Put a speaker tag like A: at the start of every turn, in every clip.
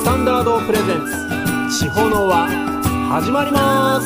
A: タンダードプレゼンツ地方の輪始まります。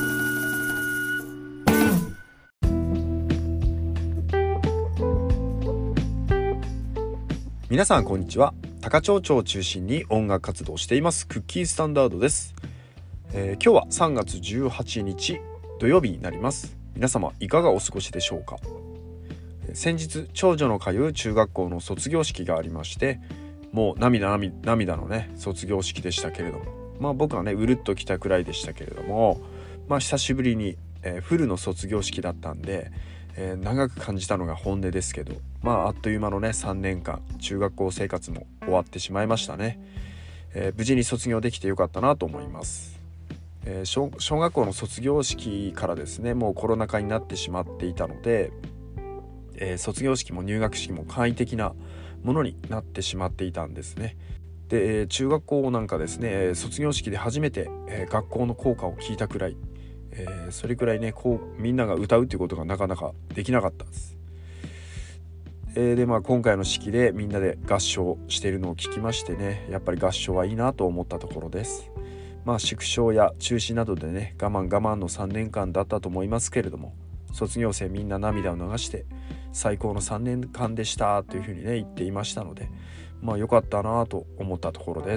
B: 皆さんこんにちは。高千穂町を中心に音楽活動をしていますクッキースタンダードです。今日は3月18日土曜日になります。皆様いかがお過ごしでしょうか。先日長女の通う中学校の卒業式がありまして、もう涙のね卒業式でしたけれども、僕はねうるっときたくらいでしたけれども、久しぶりに、フルの卒業式だったんで、長く感じたのが本音ですけど、あっという間のね3年間中学校生活も終わってしまいましたね。無事に卒業できてよかったなと思います。小学校の卒業式からですね、もうコロナ禍になってしまっていたので、卒業式も入学式も簡易的なものになってしまっていたんですね。で、中学校なんかですね、卒業式で初めて、学校の校歌を聞いたくらい、それくらいねみんなが歌うということがなかなかできなかったんです。で今回の式でみんなで合唱しているのを聞きましてね、やっぱり合唱はいいなと思ったところです。縮小や中止などでね我慢の3年間だったと思いますけれども、卒業生みんな涙を流して最高の3年間でしたというふうにね言っていましたので、良かったなと思ったところです。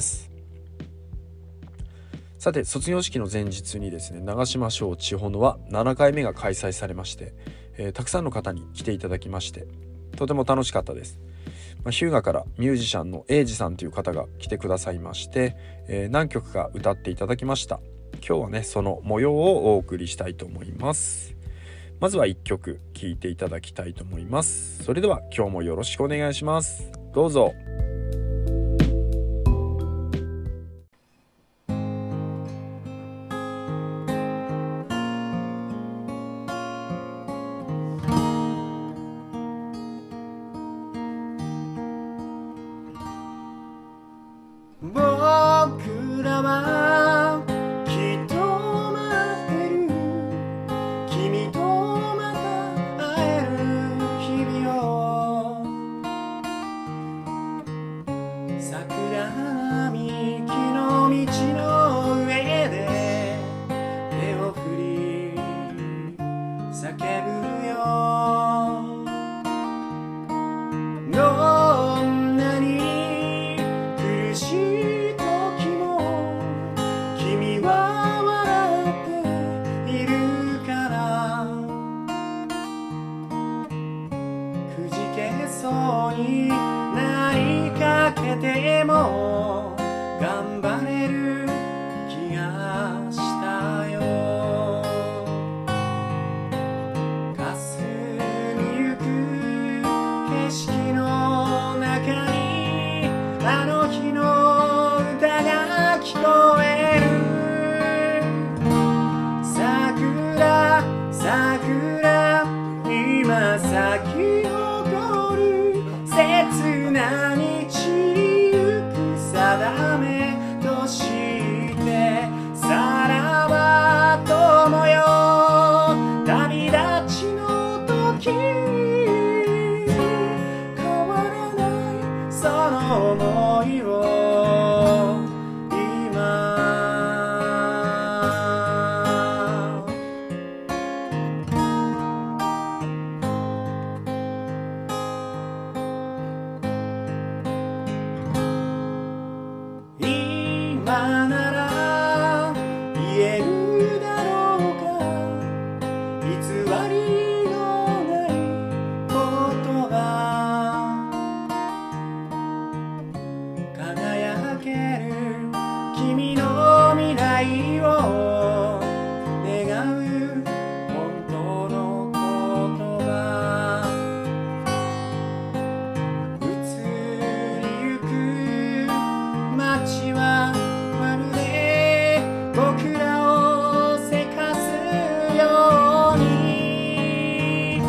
B: さて、卒業式の前日にですね、長島小千穂の輪7回目が開催されまして、たくさんの方に来ていただきましてとても楽しかったです。日向からミュージシャンの英二さんという方が来てくださいまして、何曲か歌っていただきました。今日はねその模様をお送りしたいと思います。まずは1曲聴いていただきたいと思います。それでは今日もよろしくお願いします。どうぞ。
A: 僕らはきっと待ってる、君とまた会える日々を。桜並木の道の上で手を振り叫ぶよ。どんなに苦しい時も君は笑っているから、くじけそうになりかけても頑張れる気がしたよ。霞みゆく景色の中にあの日の歌が聞こえる。桜桜今咲き誇る切な道行く定めとしてさらば友よ、旅立ちの時変わらないその想いを今今なら言えるだろうか、偽りのない言葉、輝ける君の未来を願う本当の言葉。移りゆく街はまるで僕らをせかすように、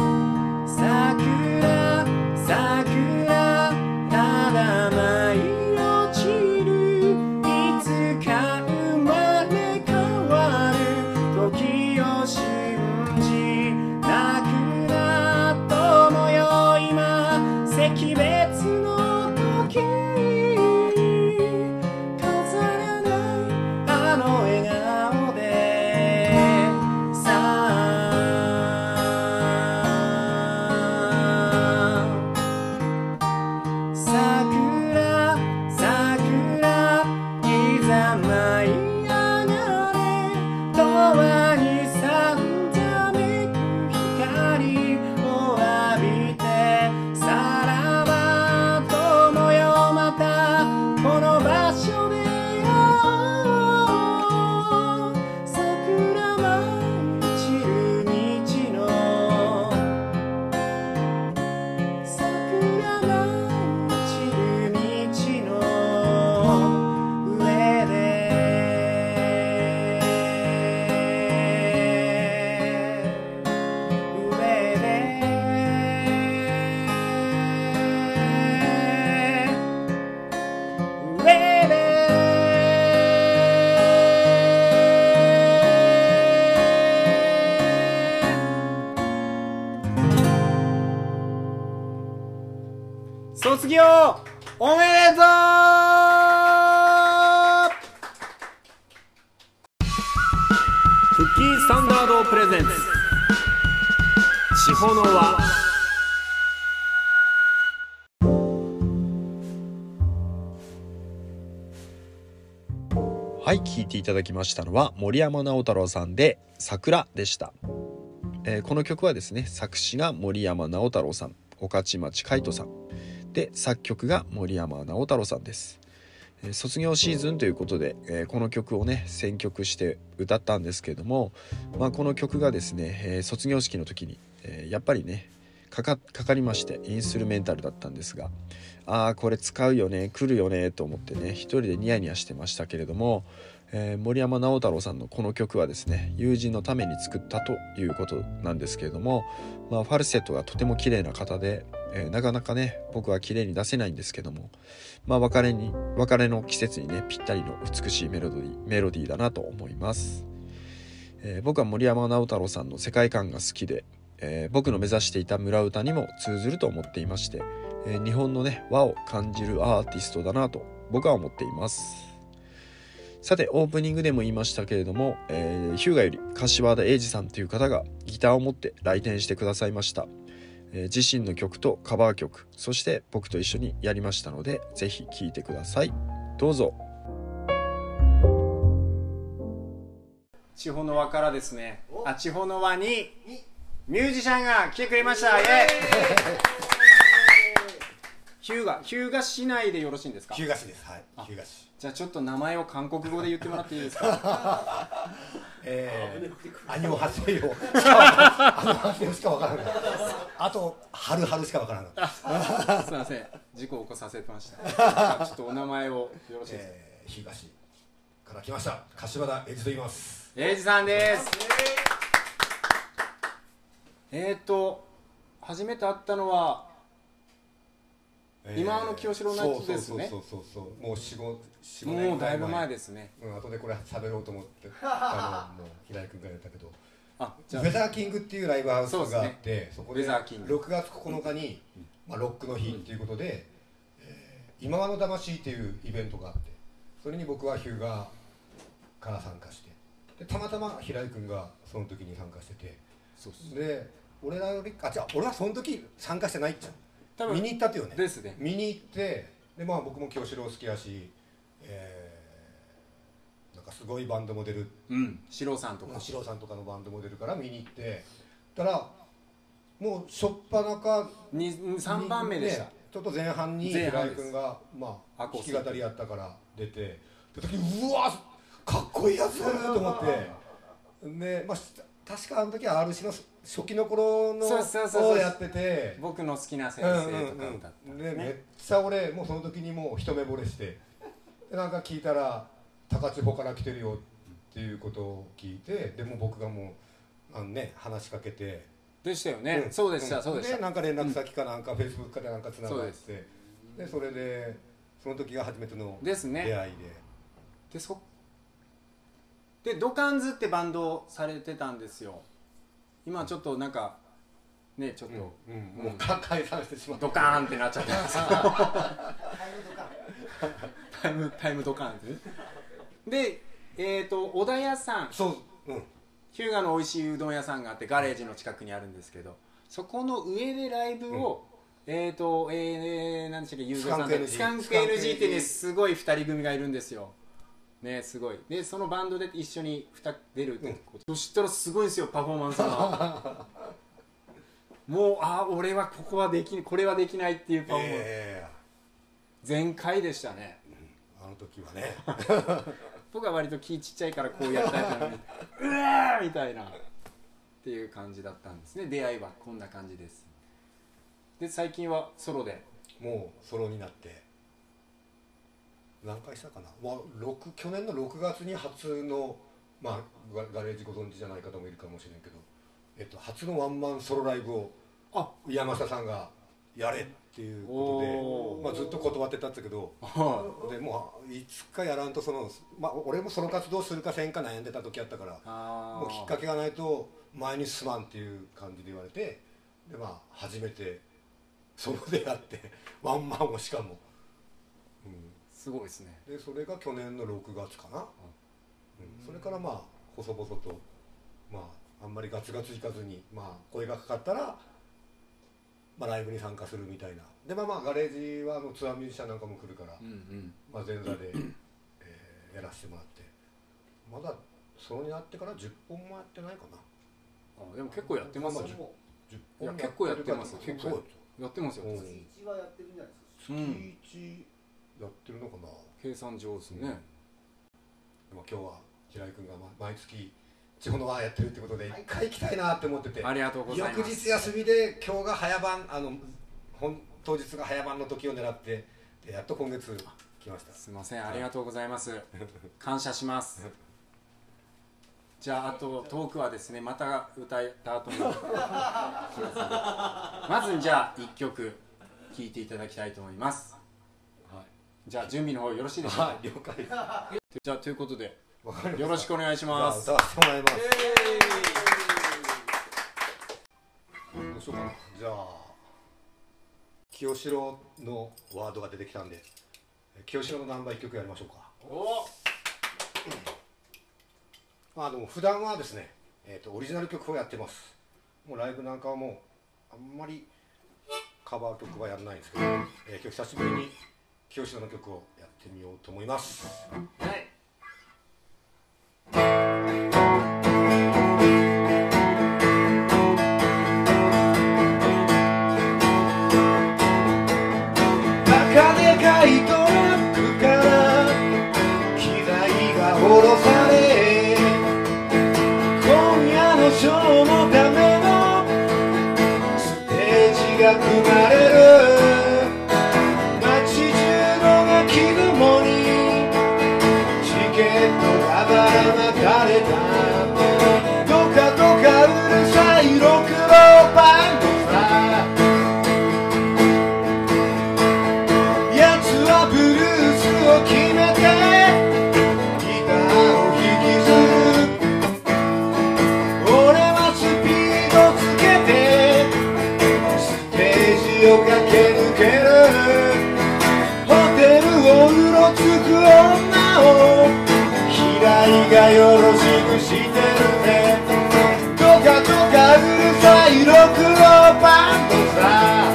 A: 桜桜ただ舞い落ちる、いつか生まれ変わる時を信じ、亡くな友よ今惜別の時変卒業おめでとう。クッキースタンダードプレゼンツ地方の輪。
B: はい、聞いていただきましたのは森山直太朗さんで桜でした。この曲はですね、作詞が森山直太朗さん、御徒町海人さんで、作曲が森山直太朗さんです。卒業シーズンということで、この曲をね選曲して歌ったんですけれども、この曲がですね、卒業式の時に、やっぱりねかかりまして、インストゥルメンタルだったんですが、これ使うよね、来るよねと思ってね、一人でニヤニヤしてましたけれども、森山直太朗さんのこの曲はですね、友人のために作ったということなんですけれども、ファルセットがとても綺麗な方で、なかなかね僕は綺麗に出せないんですけども、別れの季節にねぴったりの美しいメロディーだなと思います。僕は森山直太朗さんの世界観が好きで、僕の目指していた村歌にも通ずると思っていまして、日本のね和を感じるアーティストだなと僕は思っています。さて、オープニングでも言いましたけれども、日向より柏田英二さんという方がギターを持って来店してくださいました。自身の曲とカバー曲、そして僕と一緒にやりましたので、ぜひ聴いてください。どうぞ。
A: 地方の輪からですね、地方の輪にミュージシャンが来てくれました。イエーイ。日向市内でよろしいんですか？
C: 日向市です。はい。日向市。
A: じゃあちょっと名前を韓国語で言ってもらっていいですか？
C: アニオハセヨ。アニオハセヨしかわからない。あと春春しかわからない。
A: すみません、事故を起こさせてました。じゃあちょっとお名前をよろしいですか？
C: 日向市から来ました柏田英二と言います。
A: 英二さんです。初めて会ったのは今の清志郎ナイトですね。
C: そうもう4、5年
A: もうだいぶ前ですね。
C: 後でこれ喋ろうと思ってもう平井君が言ったけど、
A: ウ
C: ェザーキングっていうライブハウスがあって、そこで6月9日にロックの日っていうことで、今和の魂っていうイベントがあって、それに僕は日向から参加して、でたまたま平井君がその時に参加してて、で俺らより俺はその時参加してないっちゃう。見に行ったってよね。
A: ですね。
C: 見に行って、で僕も清志郎好きやし、なんかすごいバンドも出る、
A: 四郎さんとか
C: のバンドも出るから見に行って、たらもう初っ端か
A: 3番目でした、
C: ちょっと前半に平井君が弾き語りやったから出て、で時うわかっこいいやつだなと思って、で確かあの時は RC の初期の頃のをやってて、
A: 僕の好きな先生とか歌った、
C: でめっちゃ俺もうその時にもう一目惚れして、でなんか聞いたら高千穂から来てるよっていうことを聞いて、でも僕がもう話しかけて
A: でしたよね。そうでした。
C: でなんか連絡先かなんか Facebook かでなんかつながって、でそれでその時が初めての出会い
A: でドカンズってバンドをされてたんですよ。今ちょっとなんかね、ちょっとも
C: う解散してしまった、
A: ドカーンってなっちゃったんですよ。タイムドカーンってで、小田屋さん、日向の美味しいうどん屋さんがあって、ガレージの近くにあるんですけど、そこの上でライブを何でしたっけ、スカンク NG ってね、すごい2人組がいるんですよね、すごい。でそのバンドで一緒に出るってこと、そしたらすごいんですよ、パフォーマンスが。もう俺はこれはできないっていうパフォーマンス、全開でしたね、
C: あの時はね。
A: 僕は割と気ちっちゃいからこうやったりなのにうわーみたいなっていう感じだったんですね。出会いはこんな感じです。で最近はソロで、
C: もうソロになって何回したかな、去年の6月に初の、ガレージご存知じゃない方もいるかもしれないけど、初のワンマンソロライブを山下さんがやれっていうことで、ずっと断ってたんだけど、でもういつかやらんと俺もソロ活動するかせんか悩んでた時あったから、もうきっかけがないと前に進まんっていう感じで言われて、で初めてソロでやってワンマンをしかも、
A: すごいですね。
C: でそれが去年の6月かな、それからまあ細々とまああんまりガツガツいかずに、まあ声がかかったら、まあ、ライブに参加するみたいな。でまあガレージはツアーミュージシャンなんかも来るから、まあ、前座で、やらせてもらって、まだソロになってから10本もやってないかな。
A: でも結構やってますよね。
C: 10
A: いや結構やってますよ。
C: 結構
A: やってますよ。
D: 月1はやってるんじゃないですか。
C: 月1やってるのかな。
A: 計算上手ね。
C: 今日は平井君が毎月地方のワーやってるってことで一回行きたいなって思ってて、
A: ありがとうございます。
C: 翌日休みで今日が早番、当日が早番の時を狙ってでやっと今月来ました。
A: すいません、ありがとうございます。感謝します。じゃああとトークはですね、また歌った後にまずじゃあ1曲聴いていただきたいと思います。じゃあ準備の方よろしいでしょうか。
C: 了解です。
A: じゃあということでよろしくお願いします。
C: 歌わせてもらいます。どうしようかな。じゃあ清志郎のワードが出てきたんで、清志郎のナンバー1曲やりましょうか。まあでも普段はですね、オリジナル曲をやってます。もうライブなんかはもうあんまりカバー曲はやらないんですけど、今日久しぶりに清志郎の曲をやってみようと思います。バカでかいトラックから機材が下ろされ、今夜のショーのためのステージが組まれる。街中のがきどもにチケットがばらまかれた。どかどかうるさいロックのバンドさ、やつはブルースを決めてギターを弾きずる。俺はスピードつけてステージを駆け抜ける。ホテルをうろつく女を平井がよろしくしてるね。どかどかうるさいロックのバンドさ、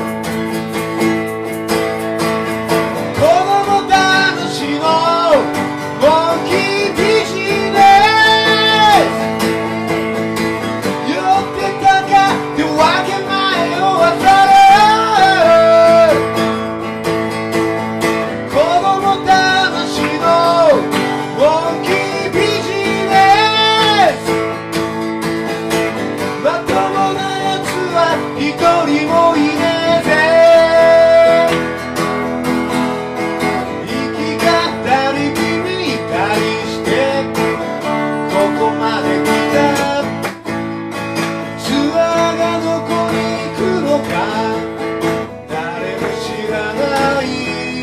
C: 子供たちのモンキービジネス、酔ってたかってわけ前を渡る。子供たちのモンキービジネス、まともなやつは一人もいねえぜ。生き方にビビったりしてここまで来た。ツアーがどこに行くのか誰も知らない。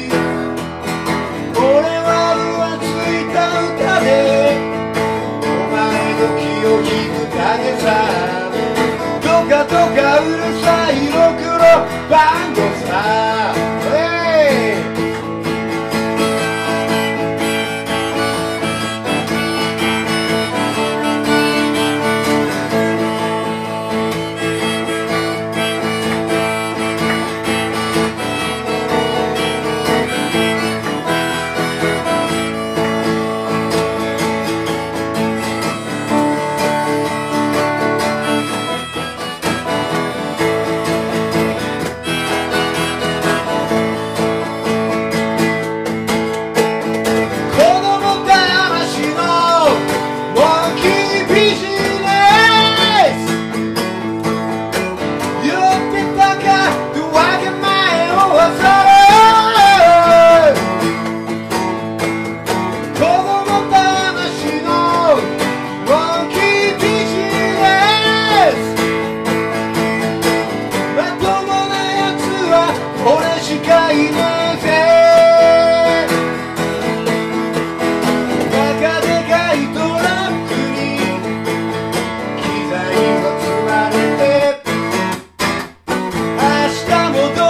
C: 俺は浮ついた歌でお前の気を引くだけさ。どかどかうるさいロックのバンドさ。明日も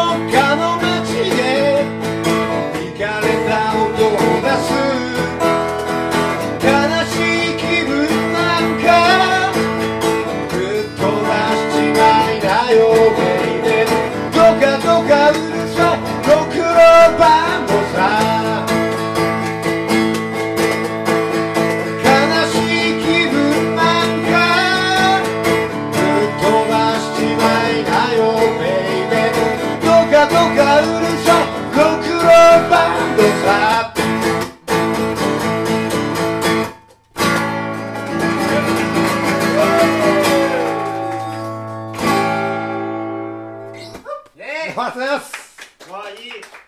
C: がうるさいろくろバンドさ
A: イエ
C: ありがとうございます。
A: ーイ。わあ、いい。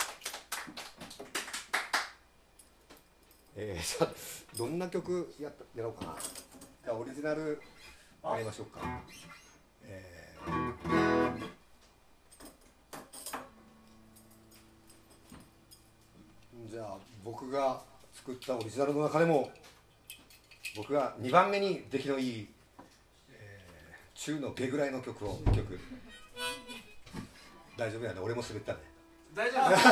C: じゃあどんな曲やろうかな。じゃあオリジナルやりましょうか。じゃあ僕が作ったオリジナルの中でも僕が2番目に出来のいい、中の下ぐらいの曲を1曲。大丈夫やね、俺も滑ったね。
A: 大丈夫です。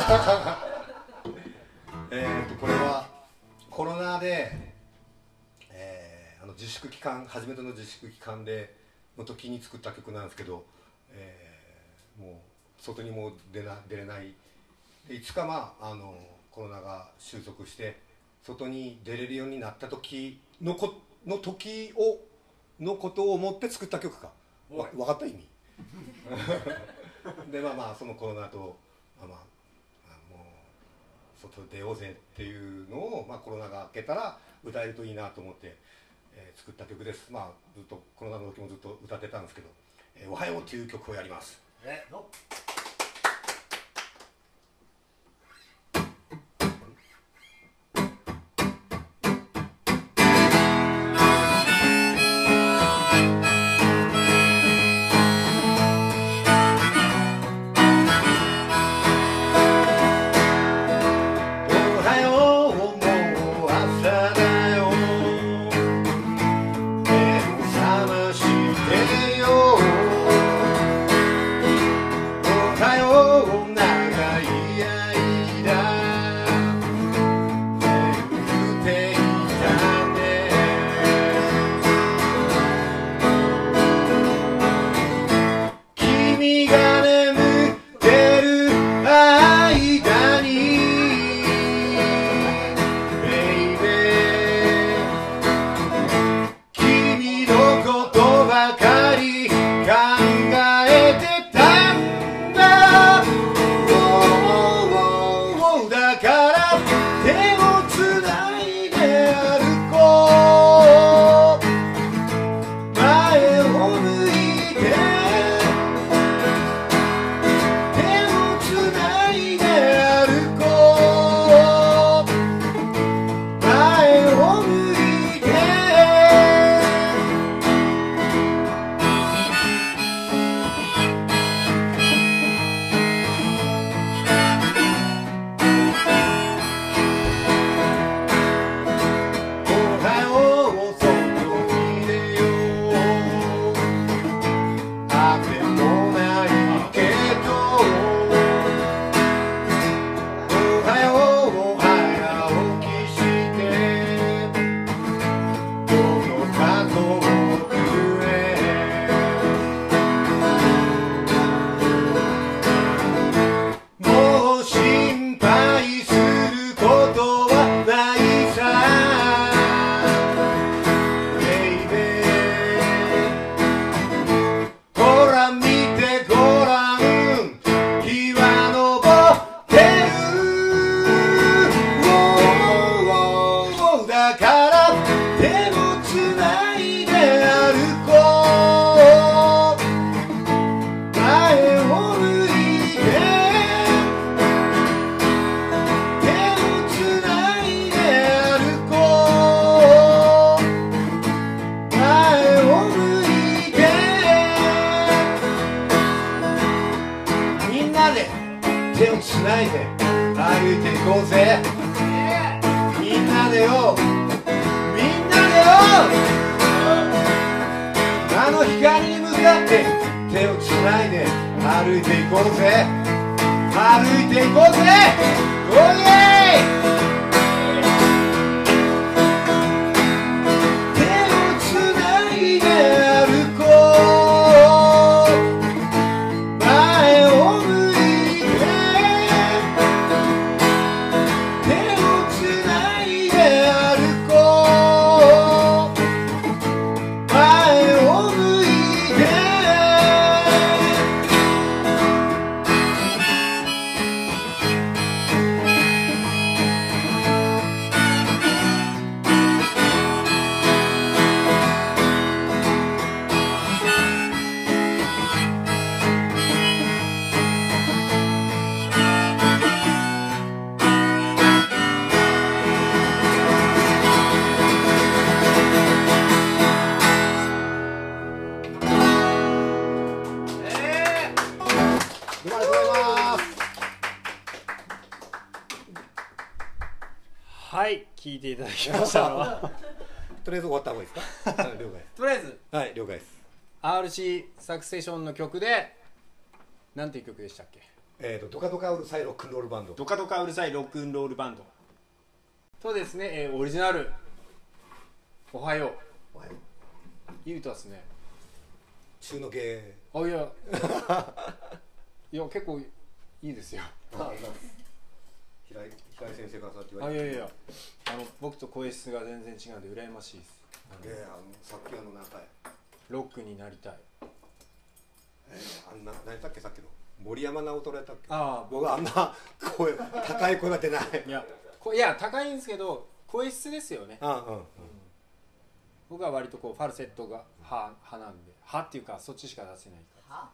C: これはコロナで、自粛期間、初めての自粛期間での時に作った曲なんですけど、もう外にも出れないで、いつかコロナが収束して外に出れるようになった時のことを思って作った曲か。分かった意味でそのコロナと、もう外出ようぜっていうのを、コロナが明けたら歌えるといいなと思って、作った曲です。ずっとコロナの時もずっと歌ってたんですけど「おはよう」っていう曲をやります。手をつないで歩いていこうぜ。みんなでよ、みんなでよ、あの光に向かって手をつないで歩いていこうぜ。歩いていこうぜ。おいえい。
A: はい、聞いていただきましたのは
C: とりあえず終わった方がいいですか？はい、了解。
A: とりあえず
C: はい、了解です。
A: RC サクセションの曲でなんていう曲でしたっけ？
C: ドカドカうるさいロックンロールバンド。
A: ドカドカうるさいロックンロールバンドとですね、オリジナルおはよう言うとですね、
C: 中の芸。
A: あ、いやいや結構いいですよ。
C: 平井先生からさっき言わ
A: あ、
C: れて、
A: いやいや、僕と声質が全然違うんで羨ましいです。
C: さっきなんか
A: ロックになりたい。
C: 何だっけ、さっきの森山直太朗やったっけ？
A: ああ、
C: 僕はあんな声高い声が出ない。
A: いや高いんですけど声質ですよね。僕は割とこうファルセットが派なんで、派っていうかそっちしか出せないから。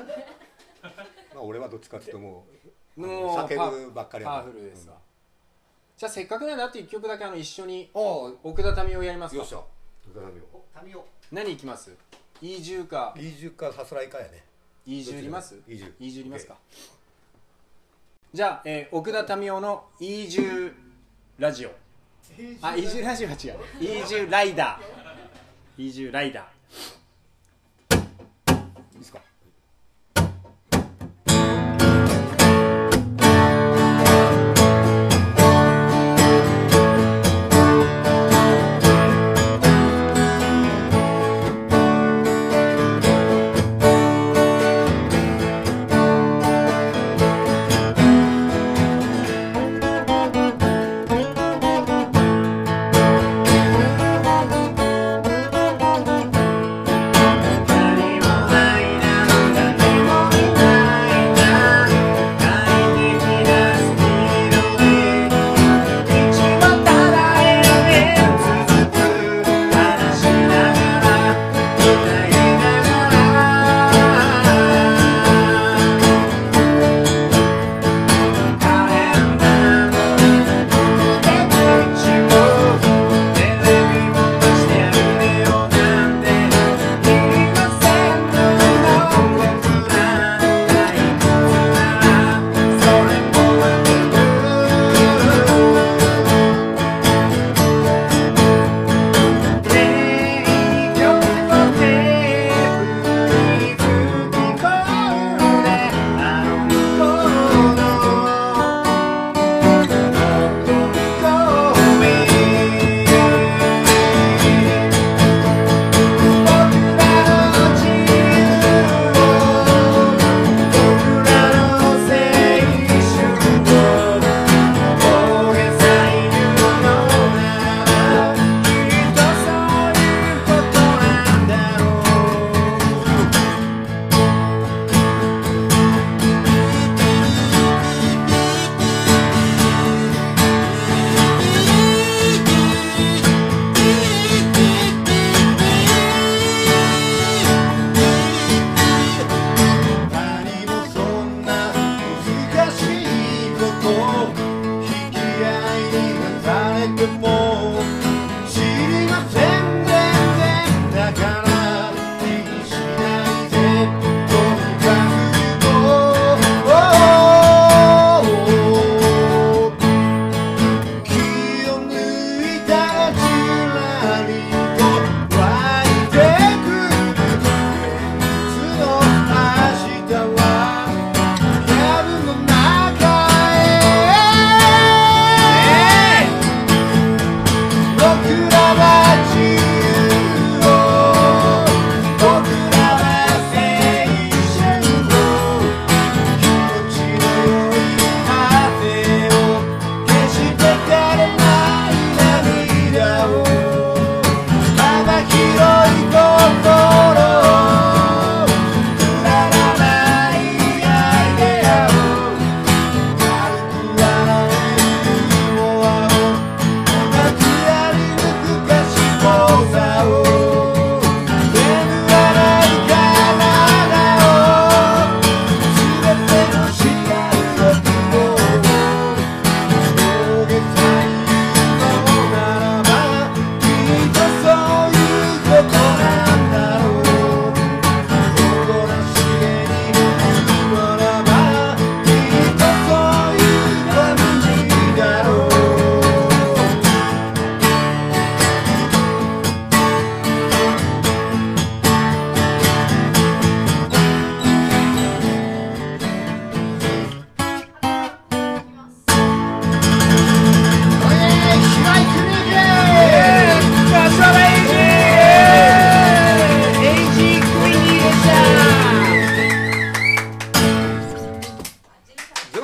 C: まあ俺はどっちかっていうともう
A: 叫
C: ぶばっかり
A: パワフルですわ。じゃあせっかくなんであと1曲だけ一緒に奥田民生やりますか？
C: よっしゃ。奥田民生。
A: 何いきます？イージューか
C: さすらいかやね。
A: イージューいります？
C: イージュ
A: いりますか？じゃあ、奥田民生のイージューラジオ。あ、イージューラジオは違う。イージューライダー。イージューライダー。いいですか？
E: 「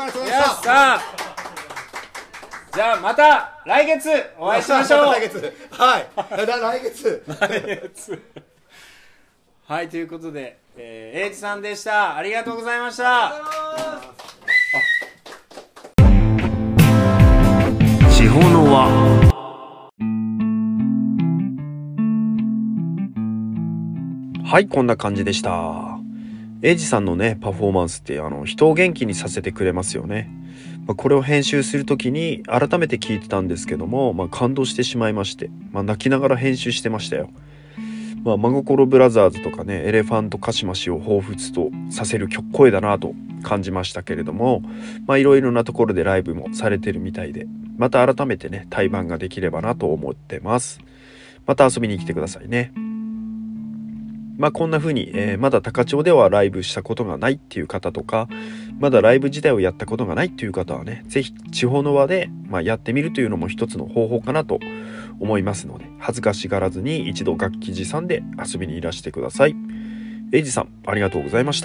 C: ありがとうご
A: い
C: ざいました。
A: やさあじゃあまた来月お会いしましょう。
C: 来月。はい。来月。
A: はいということで、英二さんでした。ありがとうございました。
B: 地方の輪。はい、こんな感じでした。英二さんのねパフォーマンスって人を元気にさせてくれますよね。これを編集する時に改めて聞いてたんですけども、感動してしまいまして、泣きながら編集してましたよ。真心ブラザーズとかねエレファントカシマシを彷彿とさせる声だなと感じましたけれども、いろいろなところでライブもされてるみたいで、また改めてね対バンができればなと思ってます。また遊びに来てくださいね。こんな風に、まだ高千穂ではライブしたことがないっていう方とか、まだライブ自体をやったことがないっていう方はね、ぜひ地方の輪で、やってみるというのも一つの方法かなと思いますので、恥ずかしがらずに一度楽器持参で遊びにいらしてください。英二さんありがとうございました。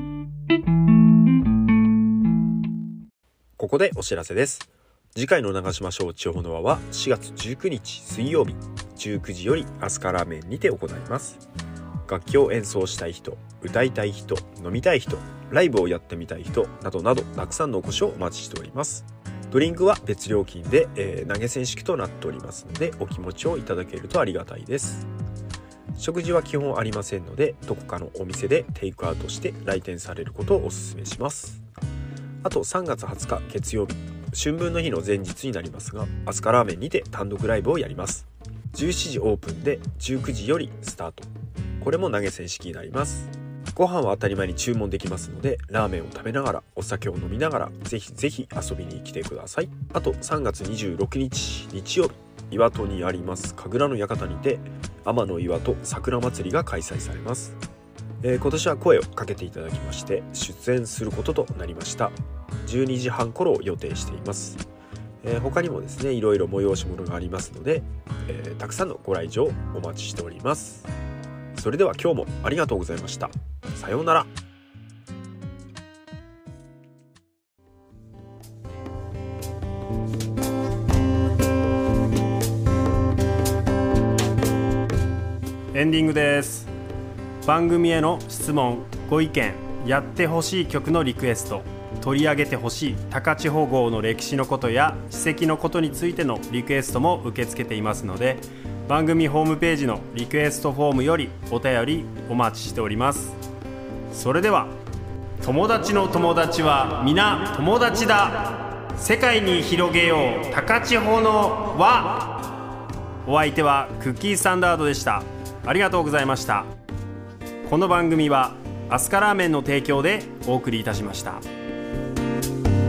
B: ここでお知らせです。次回の長島小地方の輪は4月19日水曜日19時よりアスカラーメンにて行います。楽器を演奏したい人、歌いたい人、飲みたい人、ライブをやってみたい人などなどたくさんのお越しをお待ちしております。ドリンクは別料金で、投げ銭式となっておりますので、お気持ちをいただけるとありがたいです。食事は基本ありませんので、どこかのお店でテイクアウトして来店されることをお勧めします。あと3月20日月曜日、春分の日の前日になりますが、アスカラーメンにて単独ライブをやります。17時オープンで19時よりスタート。これも投げ銭式になります。ご飯は当たり前に注文できますので、ラーメンを食べながらお酒を飲みながらぜひぜひ遊びに来てください。あと3月26日日曜日、岩戸にあります神楽の館にて天の岩戸桜祭りが開催されます。今年は声をかけていただきまして出演することとなりました。12時半頃を予定しています。他にもですねいろいろ催し物がありますので、たくさんのご来場お待ちしております。それでは今日もありがとうございました。さようなら。
E: エンディングです。番組への質問、ご意見、やってほしい曲のリクエスト、取り上げてほしい高千穂号の歴史のことや史跡のことについてのリクエストも受け付けていますので、番組ホームページのリクエストフォームよりお便りお待ちしております。それでは、友達の友達は皆友達だ、世界に広げよう高千穂の輪。お相手はクッキースタンダードでした。ありがとうございました。この番組はアスカラーメンの提供でお送りいたしました。